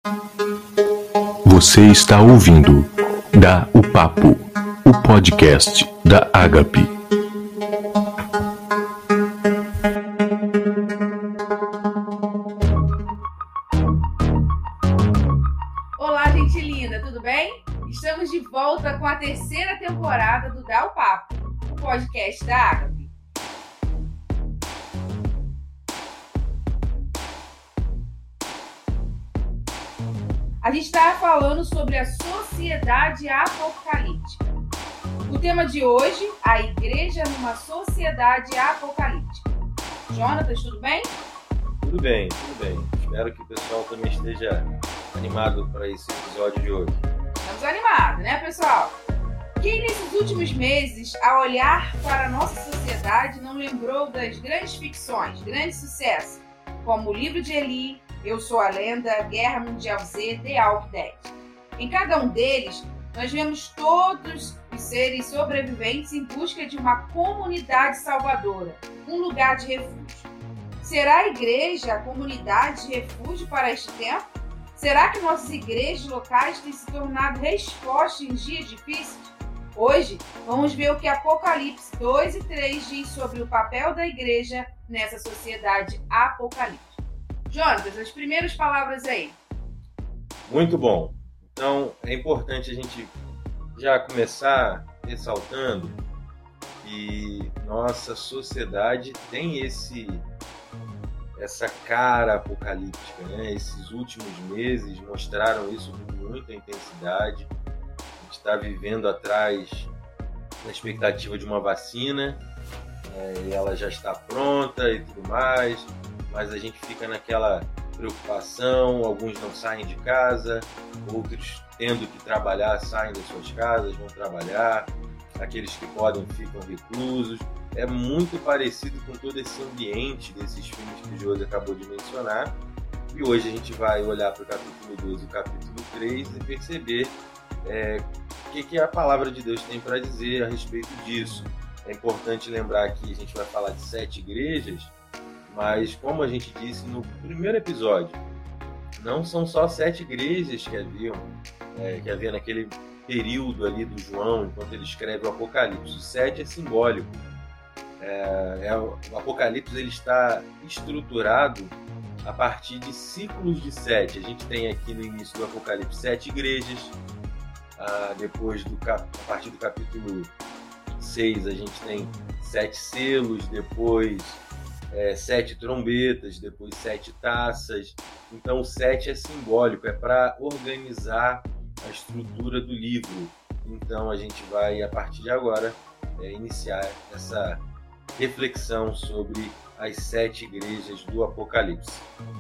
Você está ouvindo Dá o Papo, o podcast da Ágape. Olá, gente linda, tudo bem? Estamos de volta com a terceira temporada do Dá o Papo, o podcast da Ágape. A gente está falando sobre a sociedade apocalíptica. O tema de hoje, a igreja numa sociedade apocalíptica. Jonatas, tudo bem? Tudo bem. Espero que o pessoal também esteja animado para esse episódio de hoje. Estamos animados, né, pessoal? Quem nesses últimos meses, ao olhar para a nossa sociedade, não lembrou das grandes ficções, grandes sucessos, como o Livro de Eli, Eu Sou a Lenda, Guerra Mundial Z, The Walking Dead. Em cada um deles, nós vemos todos os seres sobreviventes em busca de uma comunidade salvadora, um lugar de refúgio. Será a igreja a comunidade de refúgio para este tempo? Será que nossas igrejas locais têm se tornado resposta em dias difíceis? Hoje, vamos ver o que Apocalipse 2 e 3 diz sobre o papel da igreja nessa sociedade apocalíptica. Jonatas, as primeiras palavras aí. Muito bom. Então, é importante a gente já começar ressaltando que nossa sociedade tem essa cara apocalíptica, né? Esses últimos meses mostraram isso com muita intensidade. A gente está vivendo atrás da expectativa de uma vacina, e ela já está pronta e tudo mais, mas a gente fica naquela preocupação, alguns não saem de casa, outros tendo que trabalhar saem das suas casas, vão trabalhar, aqueles que podem ficam reclusos. É muito parecido com todo esse ambiente desses filmes que o Josi acabou de mencionar, e hoje a gente vai olhar para o capítulo 2 e o capítulo 3 e perceber o que a palavra de Deus tem para dizer a respeito disso. É importante lembrar que a gente vai falar de 7 igrejas, mas como a gente disse no primeiro episódio, não são só 7 igrejas que havia naquele período ali do João, enquanto ele escreve o Apocalipse. O 7 é simbólico. O Apocalipse ele está estruturado a partir de ciclos de 7. A gente tem aqui no início do Apocalipse 7 igrejas, depois a partir do capítulo 6 a gente tem 7 selos, depois 7 trombetas, depois 7 taças. Então o 7 é simbólico, é para organizar a estrutura do livro. Então a gente vai, a partir de agora, iniciar essa reflexão sobre as 7 igrejas do Apocalipse.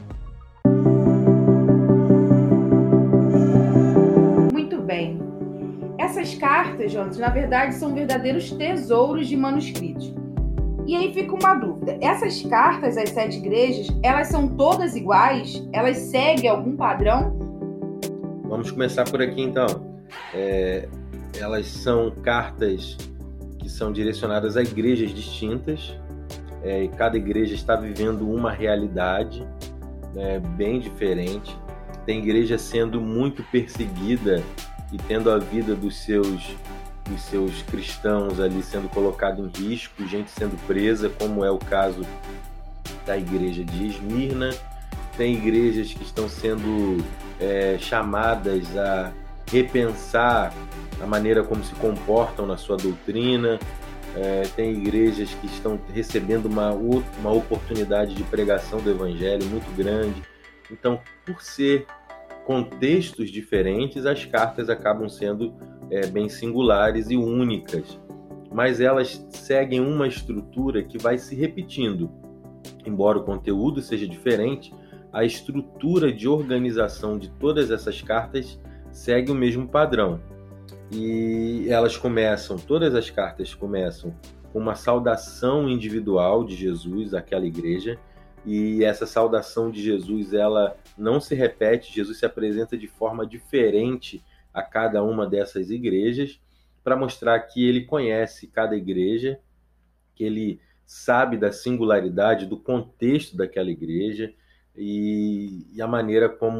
Muito bem. Essas cartas, Jonas, na verdade são verdadeiros tesouros de manuscritos. E aí fica uma dúvida. Essas cartas às 7 igrejas, elas são todas iguais? Elas seguem algum padrão? Vamos começar por aqui então. Elas são cartas que são direcionadas a igrejas distintas. E cada igreja está vivendo uma realidade bem diferente. Tem igreja sendo muito perseguida e tendo a vida dos seus cristãos ali sendo colocado em risco, gente sendo presa, como é o caso da igreja de Esmirna. Tem igrejas que estão sendo chamadas a repensar a maneira como se comportam na sua doutrina. Tem igrejas que estão recebendo uma oportunidade de pregação do evangelho muito grande. Então, por ser contextos diferentes, as cartas acabam sendo bem singulares e únicas, mas elas seguem uma estrutura que vai se repetindo. Embora o conteúdo seja diferente, a estrutura de organização de todas essas cartas segue o mesmo padrão. E todas as cartas começam com uma saudação individual de Jesus àquela igreja, e essa saudação de Jesus, ela não se repete, Jesus se apresenta de forma diferente a cada uma dessas igrejas, para mostrar que ele conhece cada igreja, que ele sabe da singularidade, do contexto daquela igreja, e a maneira como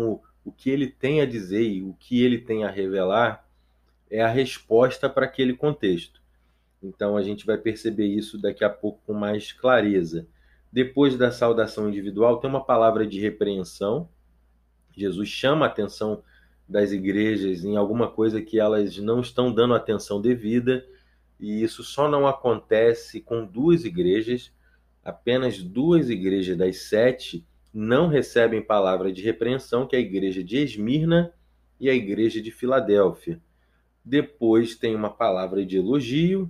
o que ele tem a dizer e o que ele tem a revelar é a resposta para aquele contexto. Então a gente vai perceber isso daqui a pouco com mais clareza. Depois da saudação individual, tem uma palavra de repreensão. Jesus chama a atenção das igrejas em alguma coisa que elas não estão dando atenção devida, e isso só não acontece com 2 igrejas. Apenas 2 igrejas das 7 não recebem palavra de repreensão, que é a igreja de Esmirna e a igreja de Filadélfia. Depois tem uma palavra de elogio,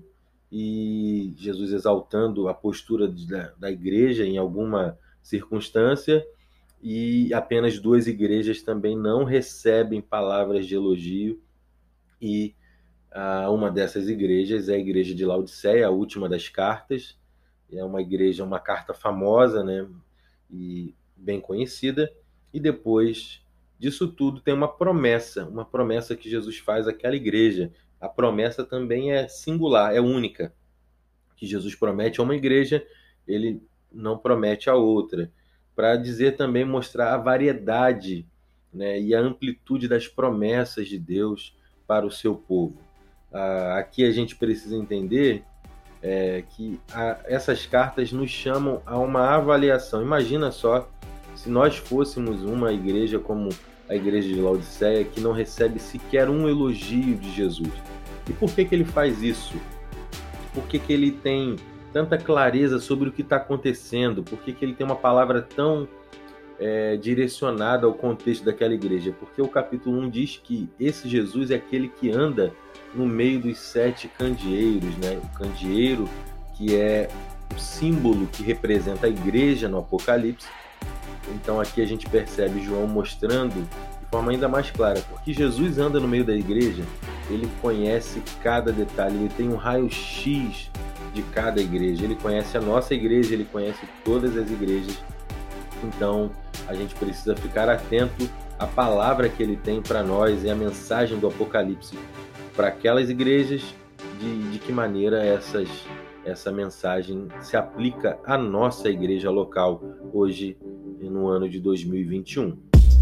e Jesus exaltando a postura da igreja em alguma circunstância, e apenas 2 igrejas também não recebem palavras de elogio, e uma dessas igrejas é a igreja de Laodiceia, a última das cartas. É uma igreja, uma carta famosa, né, e bem conhecida. E depois disso tudo tem uma promessa que Jesus faz àquela igreja. A promessa também é singular, é única. Que Jesus promete a uma igreja, ele não promete a outra. Para dizer também, mostrar a variedade, né, e a amplitude das promessas de Deus para o seu povo. Aqui a gente precisa entender que essas cartas nos chamam a uma avaliação. Imagina só se nós fôssemos uma igreja como a igreja de Laodiceia, que não recebe sequer um elogio de Jesus. E por que ele faz isso? Por que ele tem tanta clareza sobre o que está acontecendo? Por que ele tem uma palavra tão direcionada ao contexto daquela igreja? Porque o capítulo 1 diz que esse Jesus é aquele que anda no meio dos 7 candeeiros, né? O candeeiro, que é o símbolo que representa a igreja no Apocalipse. Então aqui a gente percebe João mostrando de forma ainda mais clara, porque Jesus anda no meio da igreja, ele conhece cada detalhe, ele tem um raio-x de cada igreja, ele conhece a nossa igreja, ele conhece todas as igrejas. Então a gente precisa ficar atento à palavra que ele tem para nós e à mensagem do Apocalipse para aquelas igrejas, de que maneira essa mensagem se aplica à nossa igreja local, hoje, no ano de 2021.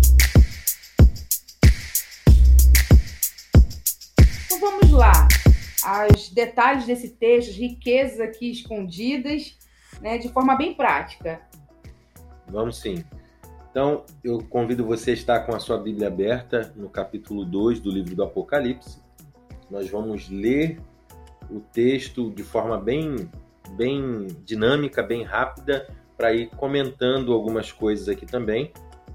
Então vamos lá, os detalhes desse texto, as riquezas aqui escondidas, né, de forma bem prática. Vamos sim. Então, eu convido você a estar com a sua Bíblia aberta no capítulo 2 do livro do Apocalipse. Nós vamos ler o texto de forma bem dinâmica, bem rápida, para ir comentando algumas coisas aqui também.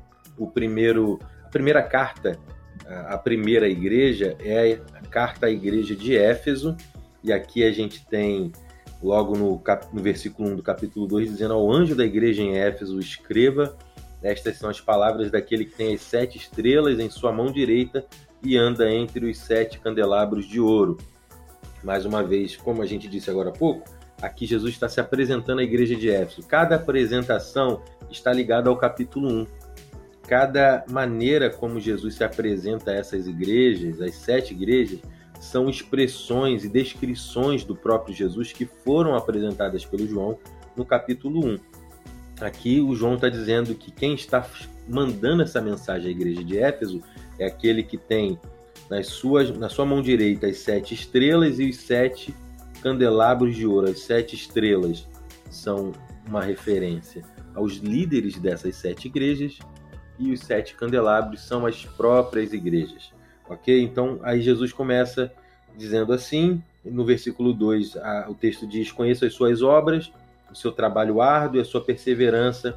A primeira carta, a primeira igreja, é a carta à igreja de Éfeso, e aqui a gente tem, logo no versículo 1 do capítulo 2, dizendo: ao anjo da igreja em Éfeso, escreva, estas são as palavras daquele que tem as 7 estrelas em sua mão direita e anda entre os 7 candelabros de ouro. Mais uma vez, como a gente disse agora há pouco, aqui Jesus está se apresentando à igreja de Éfeso. Cada apresentação está ligada ao capítulo 1. Cada maneira como Jesus se apresenta a essas igrejas, as 7 igrejas, são expressões e descrições do próprio Jesus que foram apresentadas pelo João no capítulo 1. Aqui o João está dizendo que quem está mandando essa mensagem à igreja de Éfeso é aquele que tem na sua mão direita as 7 estrelas e os 7 candelabros de ouro. As 7 estrelas são uma referência aos líderes dessas 7 igrejas e os 7 candelabros são as próprias igrejas. Ok? Então, aí Jesus começa dizendo assim, no versículo 2, o texto diz: conheço as suas obras, o seu trabalho árduo e a sua perseverança.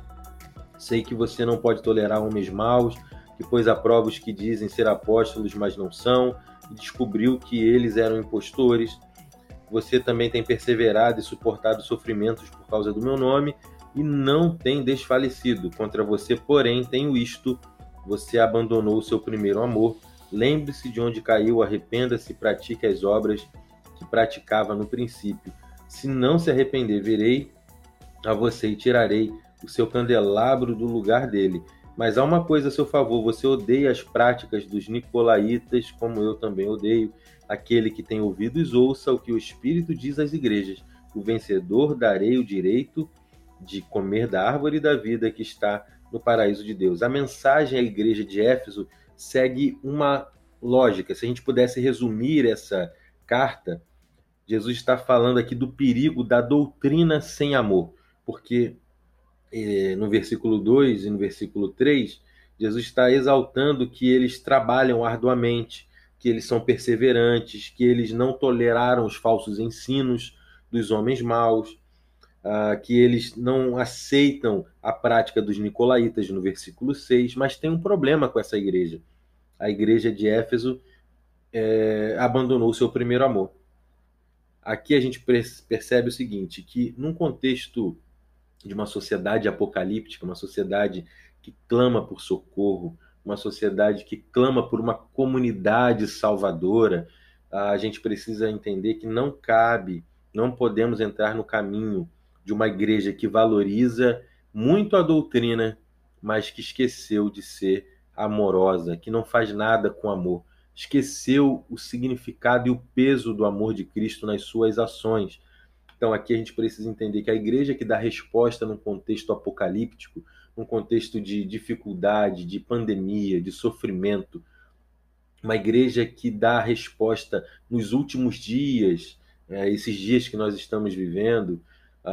Sei que você não pode tolerar homens maus, que pôs à prova os que dizem ser apóstolos, mas não são, e descobriu que eles eram impostores. Você também tem perseverado e suportado sofrimentos por causa do meu nome, e não tem desfalecido. Contra você, porém, tenho isto: você abandonou o seu primeiro amor. Lembre-se de onde caiu, arrependa-se e pratique as obras que praticava no princípio. Se não se arrepender, virei a você e tirarei o seu candelabro do lugar dele. Mas há uma coisa a seu favor: você odeia as práticas dos nicolaítas, como eu também odeio. Aquele que tem ouvidos, ouça o que o Espírito diz às igrejas. O vencedor darei o direito de comer da árvore da vida que está no paraíso de Deus. A mensagem à igreja de Éfeso segue uma lógica. Se a gente pudesse resumir essa carta, Jesus está falando aqui do perigo da doutrina sem amor, porque no versículo 2 e no versículo 3, Jesus está exaltando que eles trabalham arduamente, que eles são perseverantes, que eles não toleraram os falsos ensinos dos homens maus, que eles não aceitam a prática dos nicolaítas, no versículo 6, mas tem um problema com essa igreja. A igreja de Éfeso abandonou o seu primeiro amor. Aqui a gente percebe o seguinte, que num contexto de uma sociedade apocalíptica, uma sociedade que clama por socorro, uma sociedade que clama por uma comunidade salvadora, a gente precisa entender que não cabe, não podemos entrar no caminho de uma igreja que valoriza muito a doutrina, mas que esqueceu de ser amorosa, que não faz nada com amor, esqueceu o significado e o peso do amor de Cristo nas suas ações. Então aqui a gente precisa entender que a igreja que dá resposta num contexto apocalíptico, num contexto de dificuldade, de pandemia, de sofrimento, uma igreja que dá resposta nos últimos dias, esses dias que nós estamos vivendo,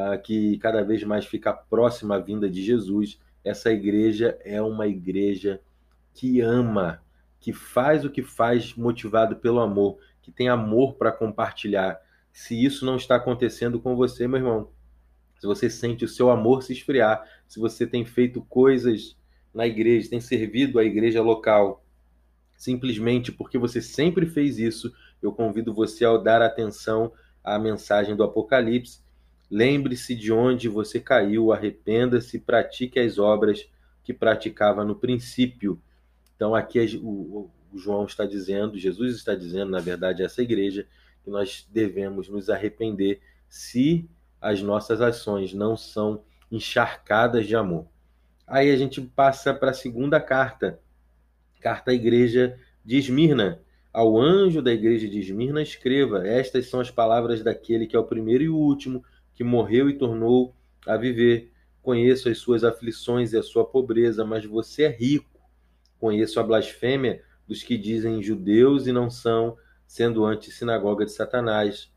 que cada vez mais fica próxima à vinda de Jesus, essa igreja é uma igreja que ama, que faz o que faz motivado pelo amor, que tem amor para compartilhar. Se isso não está acontecendo com você, meu irmão, se você sente o seu amor se esfriar, se você tem feito coisas na igreja, tem servido a igreja local, simplesmente porque você sempre fez isso, eu convido você a dar atenção à mensagem do Apocalipse. Lembre-se de onde você caiu, arrependa-se, pratique as obras que praticava no princípio. Então aqui o João está dizendo, Jesus está dizendo, na verdade, a essa igreja, que nós devemos nos arrepender se as nossas ações não são encharcadas de amor. Aí a gente passa para a segunda carta, carta à igreja de Esmirna. Ao anjo da igreja de Esmirna escreva, estas são as palavras daquele que é o primeiro e o último, que morreu e tornou a viver. Conheço as suas aflições e a sua pobreza, mas você é rico. Conheço a blasfêmia dos que dizem judeus e não são, sendo antes sinagoga de Satanás.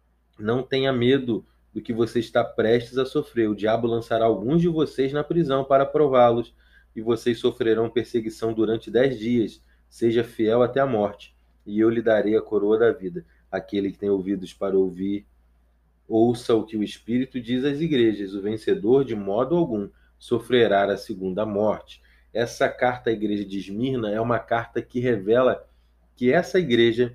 Não tenha medo do que você está prestes a sofrer. O diabo lançará alguns de vocês na prisão para prová-los, e vocês sofrerão perseguição durante 10 dias. Seja fiel até a morte, e eu lhe darei a coroa da vida. Aquele que tem ouvidos para ouvir, ouça o que o Espírito diz às igrejas. O vencedor, de modo algum, sofrerá a segunda morte. Essa carta à igreja de Esmirna é uma carta que revela que essa igreja,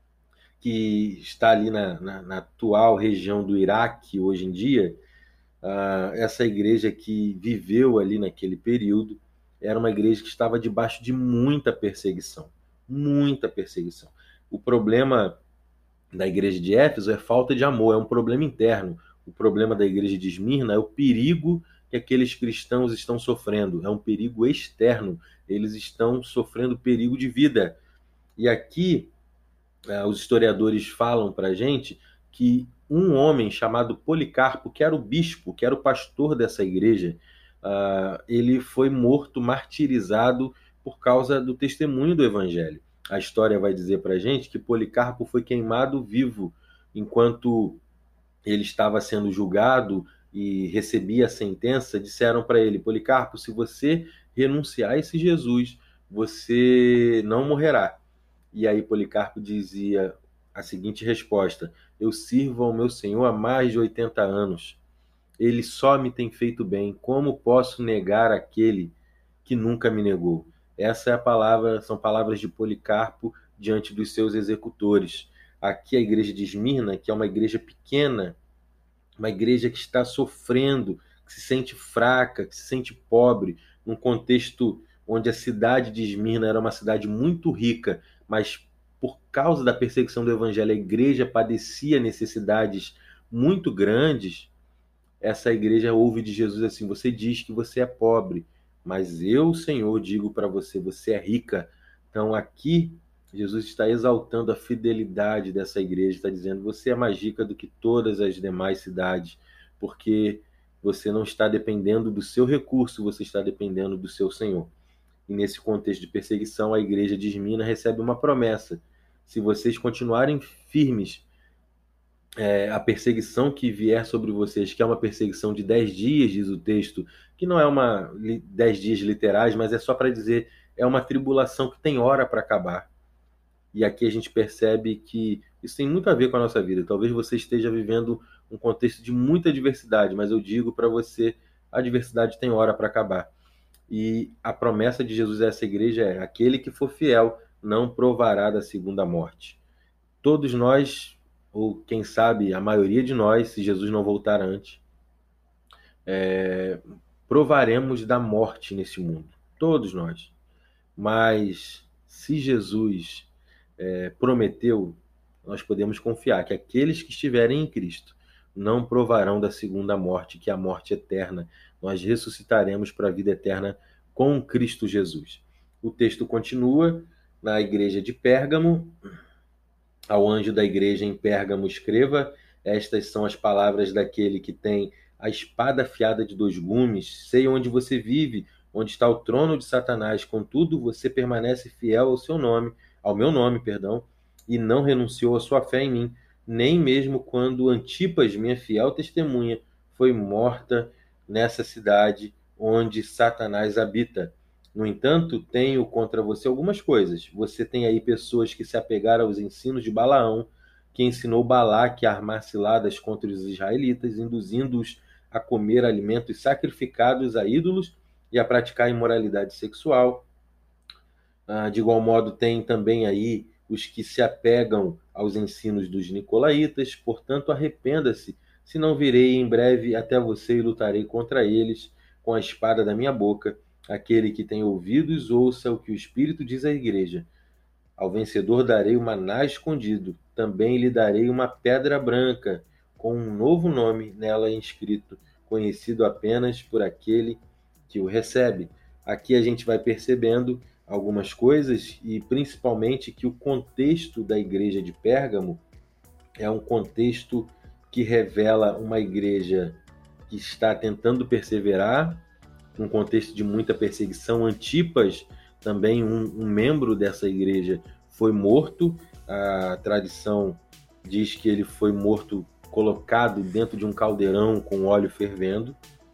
que está ali na atual região do Iraque hoje em dia, essa igreja que viveu ali naquele período, era uma igreja que estava debaixo de muita perseguição. Muita perseguição. O problema da igreja de Éfeso é falta de amor, é um problema interno. O problema da igreja de Esmirna é o perigo que aqueles cristãos estão sofrendo. É um perigo externo. Eles estão sofrendo perigo de vida. E aqui, os historiadores falam para a gente que um homem chamado Policarpo, que era o bispo, que era o pastor dessa igreja, ele foi morto, martirizado por causa do testemunho do evangelho. A história vai dizer para a gente que Policarpo foi queimado vivo enquanto ele estava sendo julgado e recebia a sentença. Disseram para ele: Policarpo, se você renunciar a esse Jesus, você não morrerá. E aí Policarpo dizia a seguinte resposta: eu sirvo ao meu Senhor há mais de 80 anos. Ele só me tem feito bem. Como posso negar aquele que nunca me negou? Essa é a palavra, são palavras de Policarpo diante dos seus executores. Aqui a igreja de Esmirna, que é uma igreja pequena, uma igreja que está sofrendo, que se sente fraca, que se sente pobre, num contexto onde a cidade de Esmirna era uma cidade muito rica, mas por causa da perseguição do evangelho, a igreja padecia necessidades muito grandes. Essa igreja ouve de Jesus assim: você diz que você é pobre, mas eu, Senhor, digo para você, você é rica. Então aqui Jesus está exaltando a fidelidade dessa igreja, está dizendo: você é mais rica do que todas as demais cidades, porque você não está dependendo do seu recurso, você está dependendo do seu Senhor. E nesse contexto de perseguição, a igreja de Esmirna recebe uma promessa. Se vocês continuarem firmes, a perseguição que vier sobre vocês, que é uma perseguição de 10 dias, diz o texto, que não é 10 dias literais, mas é só para dizer, é uma tribulação que tem hora para acabar. E aqui a gente percebe que isso tem muito a ver com a nossa vida. Talvez você esteja vivendo um contexto de muita adversidade, mas eu digo para você, a adversidade tem hora para acabar. E a promessa de Jesus a essa igreja é: aquele que for fiel não provará da segunda morte. Todos nós, ou quem sabe a maioria de nós, se Jesus não voltar antes, provaremos da morte nesse mundo. Todos nós. Mas se Jesus prometeu, nós podemos confiar que aqueles que estiverem em Cristo não provarão da segunda morte, que é a morte eterna. Nós ressuscitaremos para a vida eterna com Cristo Jesus. O texto continua na igreja de Pérgamo. Ao anjo da igreja em Pérgamo escreva: estas são as palavras daquele que tem a espada afiada de 2 gumes. Sei onde você vive, onde está o trono de Satanás. Contudo, você permanece fiel ao meu nome, e não renunciou à sua fé em mim, nem mesmo quando Antipas, minha fiel testemunha, foi morta nessa cidade onde Satanás habita. No entanto, tenho contra você algumas coisas. Você tem aí pessoas que se apegaram aos ensinos de Balaão, que ensinou Balaque a armar ciladas contra os israelitas, induzindo-os a comer alimentos sacrificados a ídolos e a praticar imoralidade sexual. De igual modo, tem também aí os que se apegam aos ensinos dos nicolaítas. Portanto, arrependa-se, senão virei em breve até você e lutarei contra eles com a espada da minha boca. Aquele que tem ouvidos, ouça o que o Espírito diz à igreja. Ao vencedor darei o maná escondido, também lhe darei uma pedra branca, com um novo nome nela inscrito, conhecido apenas por aquele que o recebe. Aqui a gente vai percebendo algumas coisas, e principalmente que o contexto da igreja de Pérgamo é um contexto que revela uma igreja que está tentando perseverar, um contexto de muita perseguição. Antipas, também um membro dessa igreja, foi morto. A tradição diz que ele foi morto colocado dentro de um caldeirão com óleo fervendo.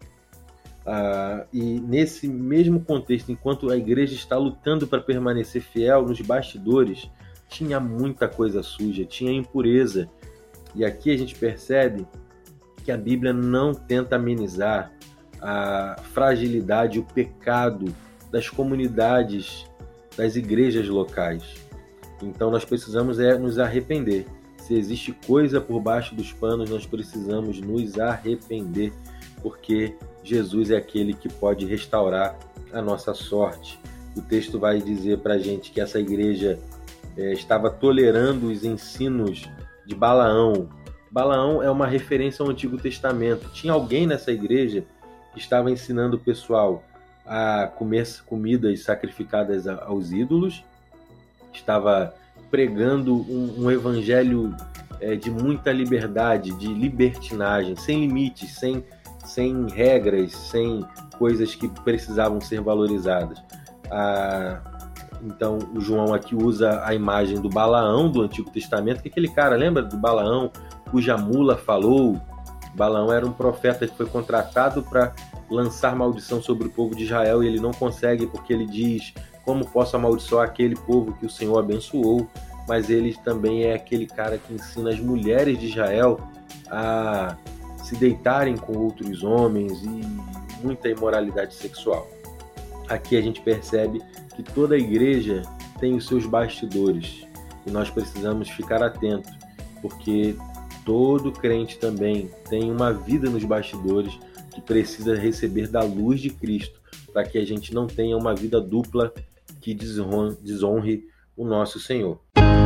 E nesse mesmo contexto, enquanto a igreja está lutando para permanecer fiel, nos bastidores tinha muita coisa suja, tinha impureza. E aqui a gente percebe que a Bíblia não tenta amenizar a fragilidade, o pecado das comunidades, das igrejas locais. Então nós precisamos nos arrepender. Se existe coisa por baixo dos panos, nós precisamos nos arrepender, porque Jesus é aquele que pode restaurar a nossa sorte. O texto vai dizer para a gente que essa igreja estava tolerando os ensinos de Balaão. Balaão é uma referência ao Antigo Testamento. Tinha alguém nessa igreja que estava ensinando o pessoal a comer comidas sacrificadas aos ídolos, estava pregando um evangelho de muita liberdade, de libertinagem, sem limites, sem regras, sem coisas que precisavam ser valorizadas. Então, o João aqui usa a imagem do Balaão do Antigo Testamento, que aquele cara, lembra do Balaão, cuja mula falou? Balaão era um profeta que foi contratado para lançar maldição sobre o povo de Israel, e ele não consegue, porque ele diz: como posso amaldiçoar aquele povo que o Senhor abençoou? Mas ele também é aquele cara que ensina as mulheres de Israel a se deitarem com outros homens e muita imoralidade sexual. Aqui a gente percebe que toda a igreja tem os seus bastidores, e nós precisamos ficar atentos, porque todo crente também tem uma vida nos bastidores que precisa receber da luz de Cristo, para que a gente não tenha uma vida dupla que desonre o nosso Senhor.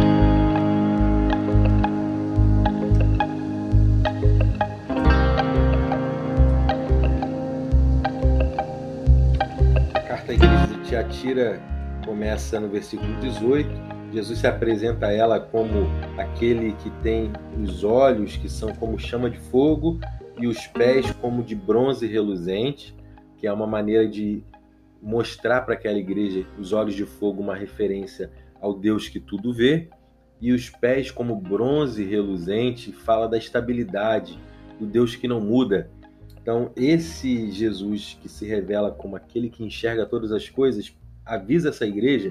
A carta à igreja de Tiatira começa no versículo 18. Jesus se apresenta a ela como aquele que tem os olhos que são como chama de fogo e os pés como de bronze reluzente, que é uma maneira de mostrar para aquela igreja os olhos de fogo, uma referência ao Deus que tudo vê, e os pés como bronze reluzente fala da estabilidade, do Deus que não muda. Então, esse Jesus que se revela como aquele que enxerga todas as coisas, avisa essa igreja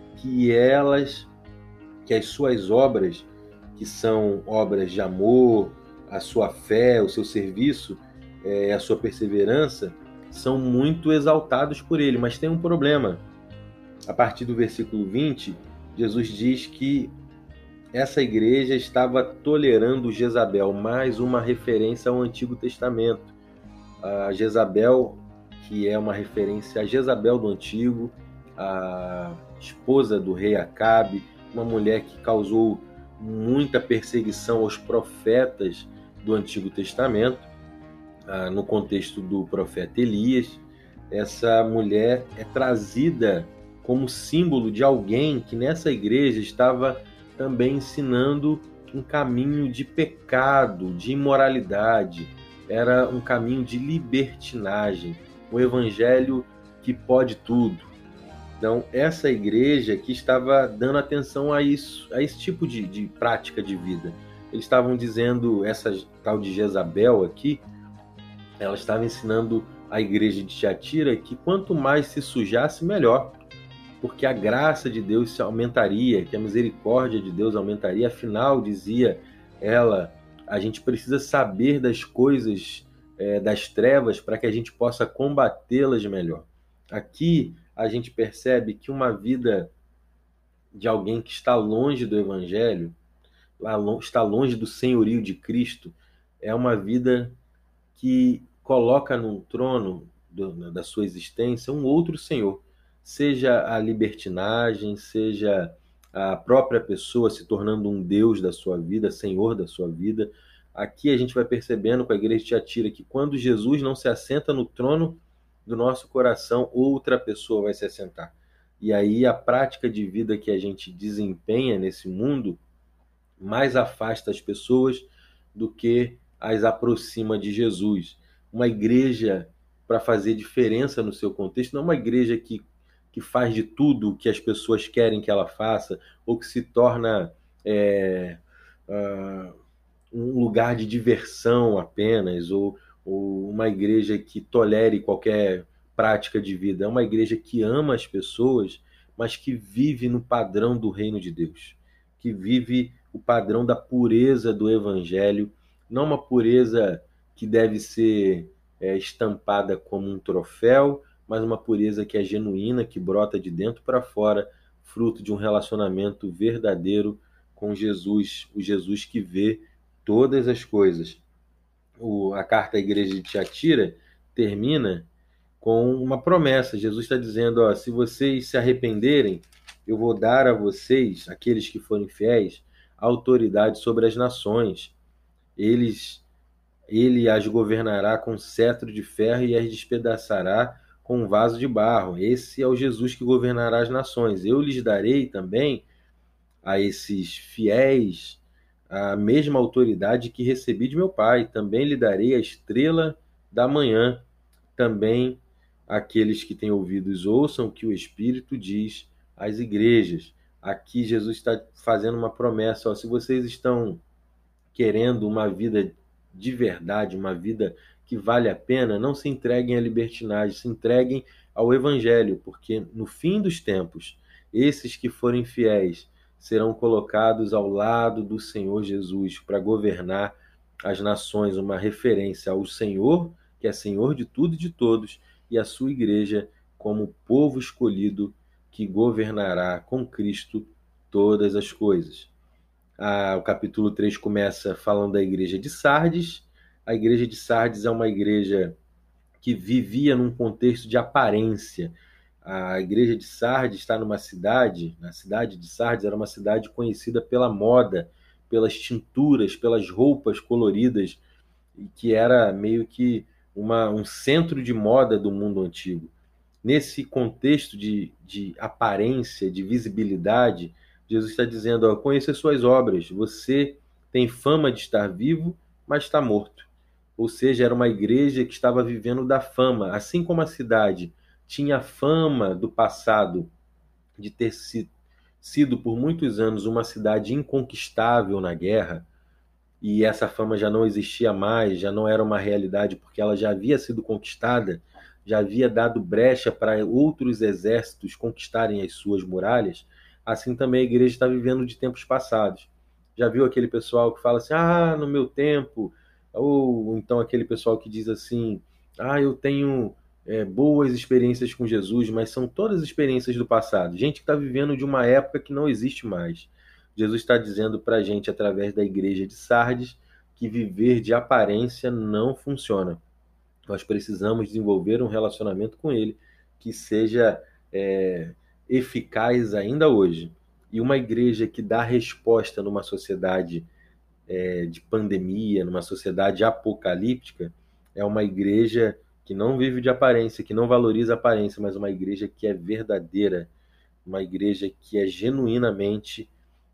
que as suas obras, que são obras de amor, a sua fé, o seu serviço, a sua perseverança, são muito exaltados por ele. Mas tem um problema. A partir do versículo 20, Jesus diz que essa igreja estava tolerando Jezabel, mais uma referência ao Antigo Testamento. A Jezabel, que é uma referência a Jezabel do Antigo, a esposa do rei Acabe, uma mulher que causou muita perseguição aos profetas do Antigo Testamento, no contexto do profeta Elias. Essa mulher é trazida como símbolo de alguém que nessa igreja estava também ensinando um caminho de pecado, de imoralidade. Era um caminho de libertinagem, o evangelho que pode tudo. Então, essa igreja que estava dando atenção a isso, a esse tipo de prática de vida. Eles estavam dizendo, essa tal de Jezabel aqui, ela estava ensinando a igreja de Tiatira que quanto mais se sujasse, melhor, porque a graça de Deus se aumentaria, que a misericórdia de Deus aumentaria. Afinal, dizia ela, a gente precisa saber das coisas das trevas para que a gente possa combatê-las melhor. Aqui a gente percebe que uma vida de alguém que está longe do Evangelho, está longe do senhorio de Cristo, é uma vida que coloca no trono da sua existência um outro senhor, seja a libertinagem, seja a própria pessoa se tornando um Deus da sua vida, senhor da sua vida. Aqui a gente vai percebendo com a igreja de Tiatira que quando Jesus não se assenta no trono do nosso coração, outra pessoa vai se assentar. E aí a prática de vida que a gente desempenha nesse mundo mais afasta as pessoas do que as aproxima de Jesus. Uma igreja, para fazer diferença no seu contexto, não é uma igreja que faz de tudo o que as pessoas querem que ela faça, ou que se torna um lugar de diversão apenas, ou uma igreja que tolere qualquer prática de vida. É uma igreja que ama as pessoas, mas que vive no padrão do reino de Deus, que vive o padrão da pureza do evangelho, não uma pureza que deve ser estampada como um troféu, mas uma pureza que é genuína, que brota de dentro para fora, fruto de um relacionamento verdadeiro com Jesus, o Jesus que vê todas as coisas. A carta à igreja de Tiatira termina com uma promessa. Jesus está dizendo, se vocês se arrependerem, eu vou dar a vocês, aqueles que forem fiéis, autoridade sobre as nações. Ele as governará com cetro de ferro e as despedaçará com um vaso de barro. Esse é o Jesus que governará as nações. Eu lhes darei também a esses fiéis a mesma autoridade que recebi de meu Pai. Também lhe darei a estrela da manhã. Também aqueles que têm ouvidos ouçam o que o Espírito diz às igrejas. Aqui Jesus está fazendo uma promessa. Se vocês estão querendo uma vida de verdade, uma vida que vale a pena, não se entreguem à libertinagem, se entreguem ao Evangelho, porque no fim dos tempos, esses que forem fiéis serão colocados ao lado do Senhor Jesus para governar as nações, uma referência ao Senhor, que é Senhor de tudo e de todos, e a sua igreja como povo escolhido que governará com Cristo todas as coisas. O capítulo 3 começa falando da igreja de Sardes. A igreja de Sardes é uma igreja que vivia num contexto de aparência. A igreja de Sardes está numa cidade, na cidade de Sardes era uma cidade conhecida pela moda, pelas tinturas, pelas roupas coloridas, e que era meio que um centro de moda do mundo antigo. Nesse contexto de aparência, de visibilidade, Jesus está dizendo, conheça as suas obras, você tem fama de estar vivo, mas está morto. ou seja, era uma igreja que estava vivendo da fama. Assim como a cidade tinha fama do passado de ter sido por muitos anos uma cidade inconquistável na guerra, e essa fama já não existia mais, já não era uma realidade, porque ela já havia sido conquistada, já havia dado brecha para outros exércitos conquistarem as suas muralhas, assim também a igreja está vivendo de tempos passados. Já viu aquele pessoal que fala assim, no meu tempo, ou então aquele pessoal que diz assim, eu tenho boas experiências com Jesus, mas são todas experiências do passado. Gente que está vivendo de uma época que não existe mais. Jesus está dizendo para a gente, através da igreja de Sardes, que viver de aparência não funciona. Nós precisamos desenvolver um relacionamento com Ele que seja eficaz ainda hoje. E uma igreja que dá resposta numa sociedade de pandemia, numa sociedade apocalíptica, é uma igreja que não vive de aparência, que não valoriza a aparência, mas uma igreja que é verdadeira, uma igreja que é genuinamente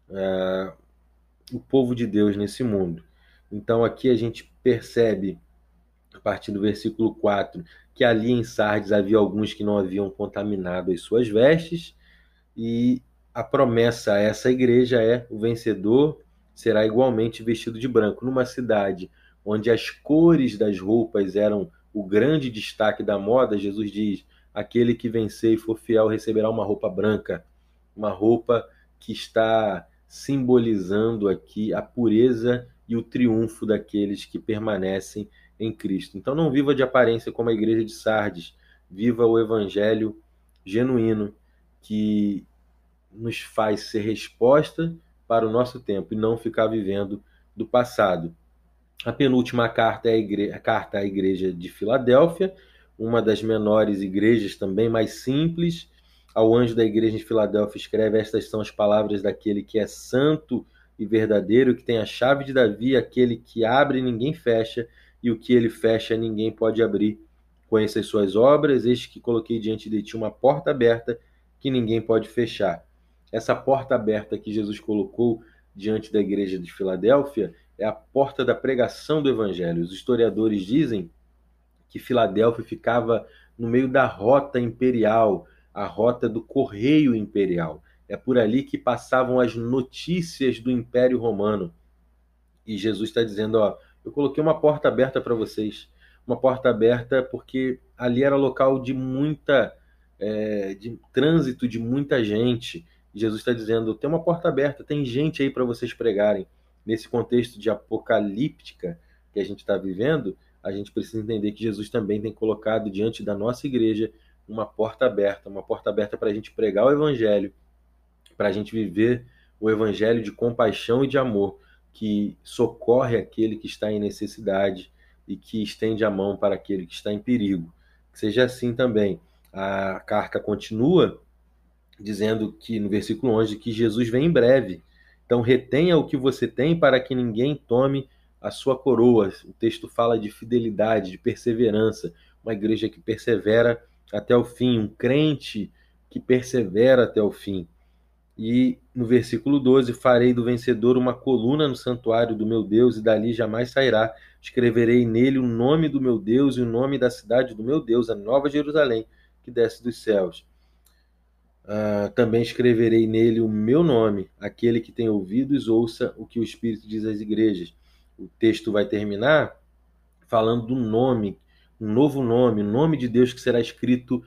o povo de Deus nesse mundo. Então aqui a gente percebe, a partir do versículo 4, que ali em Sardes havia alguns que não haviam contaminado as suas vestes, e a promessa a essa igreja é: o vencedor será igualmente vestido de branco. Numa cidade onde as cores das roupas eram o grande destaque da moda, Jesus diz: aquele que vencer e for fiel receberá uma roupa branca, uma roupa que está simbolizando aqui a pureza e o triunfo daqueles que permanecem em Cristo. Então não viva de aparência como a igreja de Sardes, viva o evangelho genuíno que nos faz ser resposta para o nosso tempo e não ficar vivendo do passado. A penúltima carta é a carta à igreja de Filadélfia, uma das menores igrejas, também mais simples. Ao anjo da igreja de Filadélfia escreve: estas são as palavras daquele que é santo e verdadeiro, que tem a chave de Davi, aquele que abre e ninguém fecha, e o que ele fecha ninguém pode abrir. Conheça as suas obras, eis que coloquei diante de ti uma porta aberta que ninguém pode fechar. Essa porta aberta que Jesus colocou diante da igreja de Filadélfia é a porta da pregação do evangelho. Os historiadores dizem que Filadélfia ficava no meio da rota imperial, a rota do correio imperial. É por ali que passavam as notícias do Império Romano. E Jesus está dizendo: eu coloquei uma porta aberta para vocês. Uma porta aberta porque ali era local de de trânsito de muita gente. Jesus está dizendo: tem uma porta aberta, tem gente aí para vocês pregarem. Nesse contexto de apocalíptica que a gente está vivendo, a gente precisa entender que Jesus também tem colocado diante da nossa igreja uma porta aberta para a gente pregar o evangelho, para a gente viver o evangelho de compaixão e de amor, que socorre aquele que está em necessidade e que estende a mão para aquele que está em perigo. Que seja assim também. A carta continua dizendo que, no versículo 11, que Jesus vem em breve. Então retenha o que você tem para que ninguém tome a sua coroa. O texto fala de fidelidade, de perseverança. Uma igreja que persevera até o fim, um crente que persevera até o fim. E no versículo 12, farei do vencedor uma coluna no santuário do meu Deus, e dali jamais sairá. Escreverei nele o nome do meu Deus e o nome da cidade do meu Deus, a Nova Jerusalém, que desce dos céus. Também escreverei nele o meu nome. Aquele que tem ouvidos, ouça o que o Espírito diz às igrejas. O texto vai terminar falando do nome, um novo nome, o nome de Deus que será escrito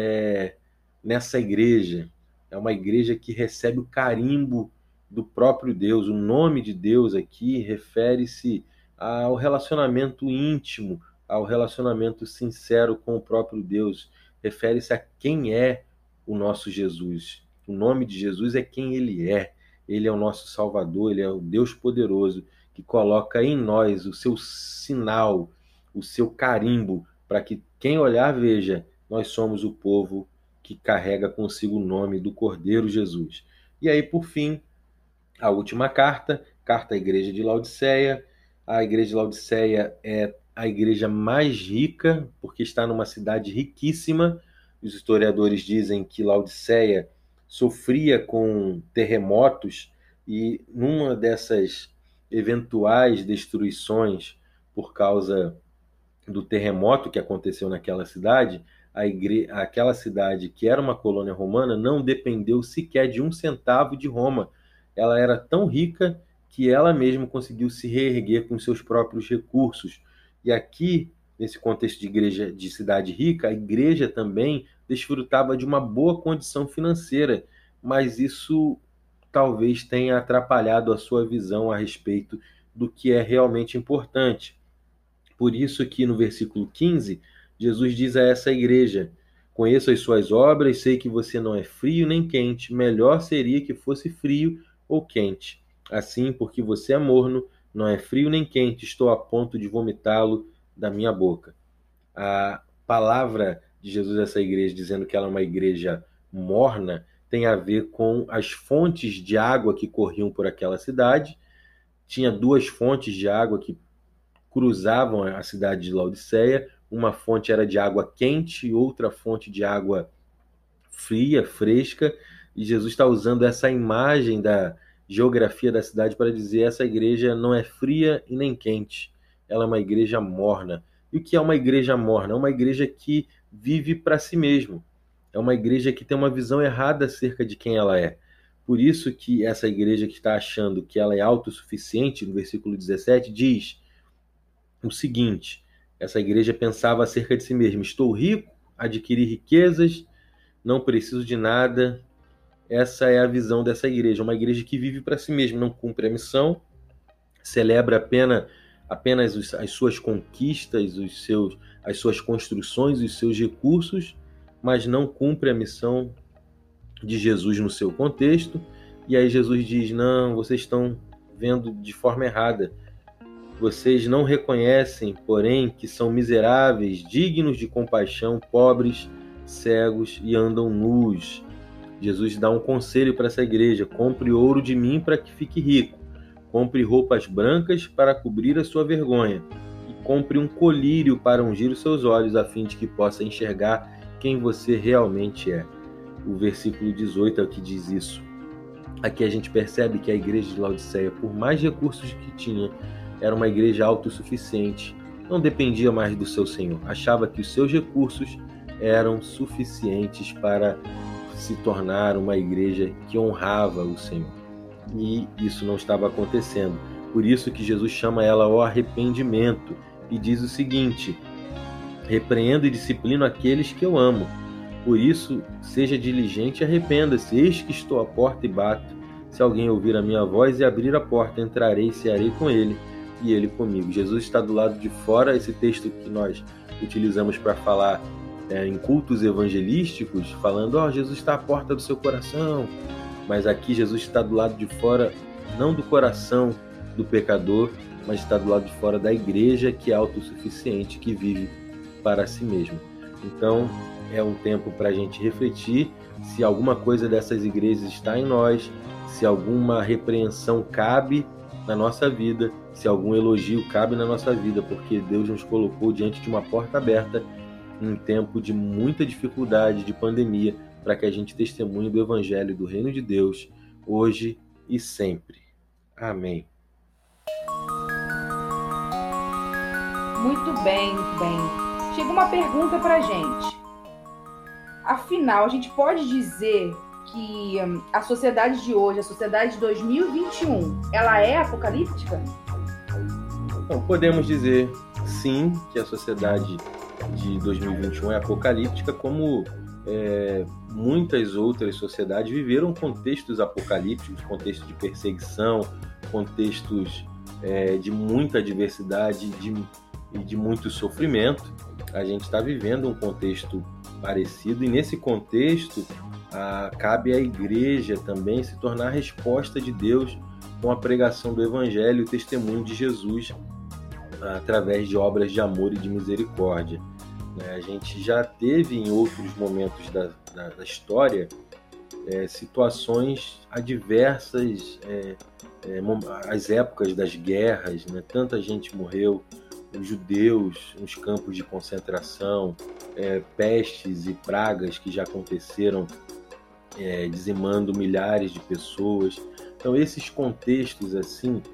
nessa igreja. É uma igreja que recebe o carimbo do próprio Deus. O nome de Deus aqui refere-se ao relacionamento íntimo, ao relacionamento sincero com o próprio Deus. Refere-se a quem é o nosso Jesus. O nome de Jesus é quem ele é. Ele é o nosso Salvador, ele é o Deus poderoso que coloca em nós o seu sinal, o seu carimbo, para que quem olhar veja: nós somos o povo que carrega consigo o nome do Cordeiro Jesus. E aí, por fim, a última carta à igreja de Laodiceia. A igreja de Laodiceia é a igreja mais rica, porque está numa cidade riquíssima. Os historiadores dizem que Laodiceia sofria com terremotos, e numa dessas eventuais destruições por causa do terremoto que aconteceu naquela cidade, aquela cidade que era uma colônia romana não dependeu sequer de 1 centavo de Roma. Ela era tão rica que ela mesma conseguiu se reerguer com seus próprios recursos. E aqui, nesse contexto de igreja de cidade rica, a igreja também desfrutava de uma boa condição financeira, mas isso talvez tenha atrapalhado a sua visão a respeito do que é realmente importante. Por isso que no versículo 15, Jesus diz a essa igreja: conheço as suas obras, sei que você não é frio nem quente, melhor seria que fosse frio ou quente. Assim, porque você é morno, não é frio nem quente, estou a ponto de vomitá-lo da minha boca. A palavra de Jesus a essa igreja, dizendo que ela é uma igreja morna, tem a ver com as fontes de água que corriam por aquela cidade. Tinha 2 fontes de água que cruzavam a cidade de Laodiceia. Uma fonte era de água quente e outra fonte de água fria, fresca. E Jesus está usando essa imagem da geografia da cidade para dizer: essa igreja não é fria e nem quente. Ela é uma igreja morna. E o que é uma igreja morna? É uma igreja que vive para si mesmo. É uma igreja que tem uma visão errada acerca de quem ela é. Por isso que essa igreja que está achando que ela é autossuficiente, no versículo 17, diz o seguinte: essa igreja pensava acerca de si mesma: estou rico, adquiri riquezas, não preciso de nada. Essa é a visão dessa igreja, uma igreja que vive para si mesma, não cumpre a missão, celebra apenas as suas conquistas, as suas construções, os seus recursos, mas não cumpre a missão de Jesus no seu contexto. E aí Jesus diz: não, vocês estão vendo de forma errada. Vocês não reconhecem, porém, que são miseráveis, dignos de compaixão, pobres, cegos e andam nus. Jesus dá um conselho para essa igreja: compre ouro de mim para que fique rico. Compre roupas brancas para cobrir a sua vergonha. E compre um colírio para ungir os seus olhos, a fim de que possa enxergar quem você realmente é. O versículo 18 é o que diz isso. Aqui a gente percebe que a igreja de Laodiceia, por mais recursos que tinha, era uma igreja autossuficiente. Não dependia mais do seu Senhor. Achava que os seus recursos eram suficientes para se tornar uma igreja que honrava o Senhor. E isso não estava acontecendo. Por isso que Jesus chama ela ao arrependimento e diz o seguinte: repreendo e disciplino aqueles que eu amo. Por isso, seja diligente e arrependa-se. Eis que estou à porta e bato. Se alguém ouvir a minha voz e abrir a porta, entrarei e cearei com ele e ele comigo. Jesus está do lado de fora. Esse texto que nós utilizamos para falar em cultos evangelísticos, falando: Jesus está à porta do seu coração. Mas aqui Jesus está do lado de fora, não do coração do pecador, mas está do lado de fora da igreja, que é autossuficiente, que vive para si mesma. Então, é um tempo para a gente refletir se alguma coisa dessas igrejas está em nós, se alguma repreensão cabe na nossa vida, se algum elogio cabe na nossa vida, porque Deus nos colocou diante de uma porta aberta em um tempo de muita dificuldade, de pandemia, para que a gente testemunhe do Evangelho do Reino de Deus, hoje e sempre. Amém. Muito bem, muito bem. Chega uma pergunta para a gente. Afinal, a gente pode dizer que a sociedade de hoje, a sociedade de 2021, ela é apocalíptica? Então, podemos dizer sim que a sociedade de 2021 é apocalíptica, como muitas outras sociedades viveram contextos apocalípticos, contextos de perseguição, contextos de muita adversidade e de muito sofrimento. A gente está vivendo um contexto parecido, e nesse contexto cabe à igreja também se tornar a resposta de Deus com a pregação do Evangelho e o testemunho de Jesus através de obras de amor e de misericórdia. A gente já teve em outros momentos da história situações adversas, as épocas das guerras, tanta gente morreu, os judeus nos campos de concentração, pestes e pragas que já aconteceram, dizimando milhares de pessoas. Então, esses contextos assim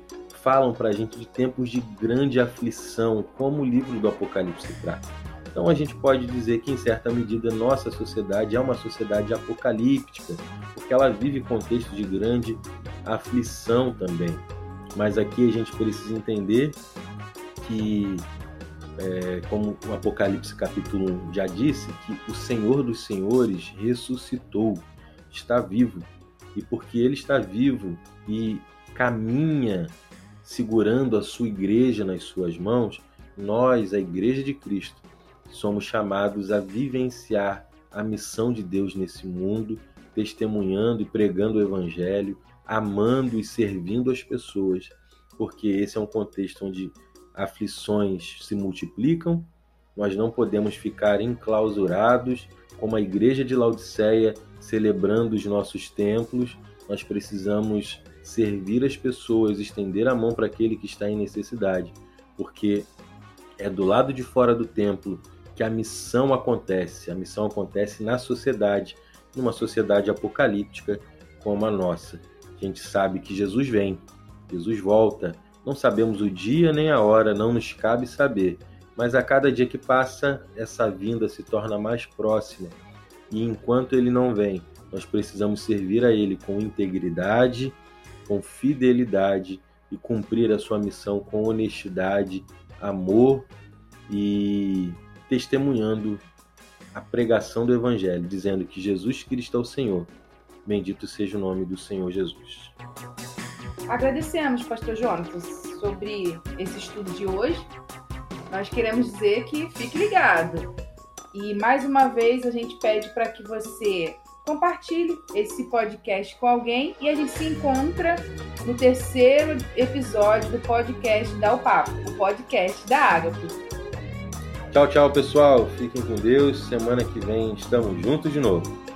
falam para a gente de tempos de grande aflição, como o livro do Apocalipse trata. Então a gente pode dizer que, em certa medida, nossa sociedade é uma sociedade apocalíptica, porque ela vive contexto de grande aflição também. Mas aqui a gente precisa entender que, como o Apocalipse capítulo 1 já disse, que o Senhor dos Senhores ressuscitou, está vivo. E porque Ele está vivo e caminha segurando a sua igreja nas suas mãos, nós, a Igreja de Cristo, somos chamados a vivenciar a missão de Deus nesse mundo, testemunhando e pregando o Evangelho, amando e servindo as pessoas, porque esse é um contexto onde aflições se multiplicam. Nós não podemos ficar enclausurados como a Igreja de Laodiceia, celebrando os nossos templos. Nós precisamos servir as pessoas, estender a mão para aquele que está em necessidade, porque é do lado de fora do templo que a missão acontece. A missão acontece na sociedade, numa sociedade apocalíptica como a nossa. A gente sabe que Jesus vem, Jesus volta. Não sabemos o dia nem a hora, não nos cabe saber. Mas a cada dia que passa, essa vinda se torna mais próxima. E enquanto Ele não vem, nós precisamos servir a Ele com integridade, com fidelidade e cumprir a sua missão com honestidade, amor e testemunhando a pregação do Evangelho, dizendo que Jesus Cristo é o Senhor. Bendito seja o nome do Senhor Jesus. Agradecemos, Pastor Jonatas, sobre esse estudo de hoje. Nós queremos dizer que fique ligado. E mais uma vez a gente pede para que você compartilhe esse podcast com alguém e a gente se encontra no 3º episódio do podcast Dá o Papo, o podcast da Ágape. Tchau, tchau, pessoal. Fiquem com Deus. Semana que vem estamos juntos de novo.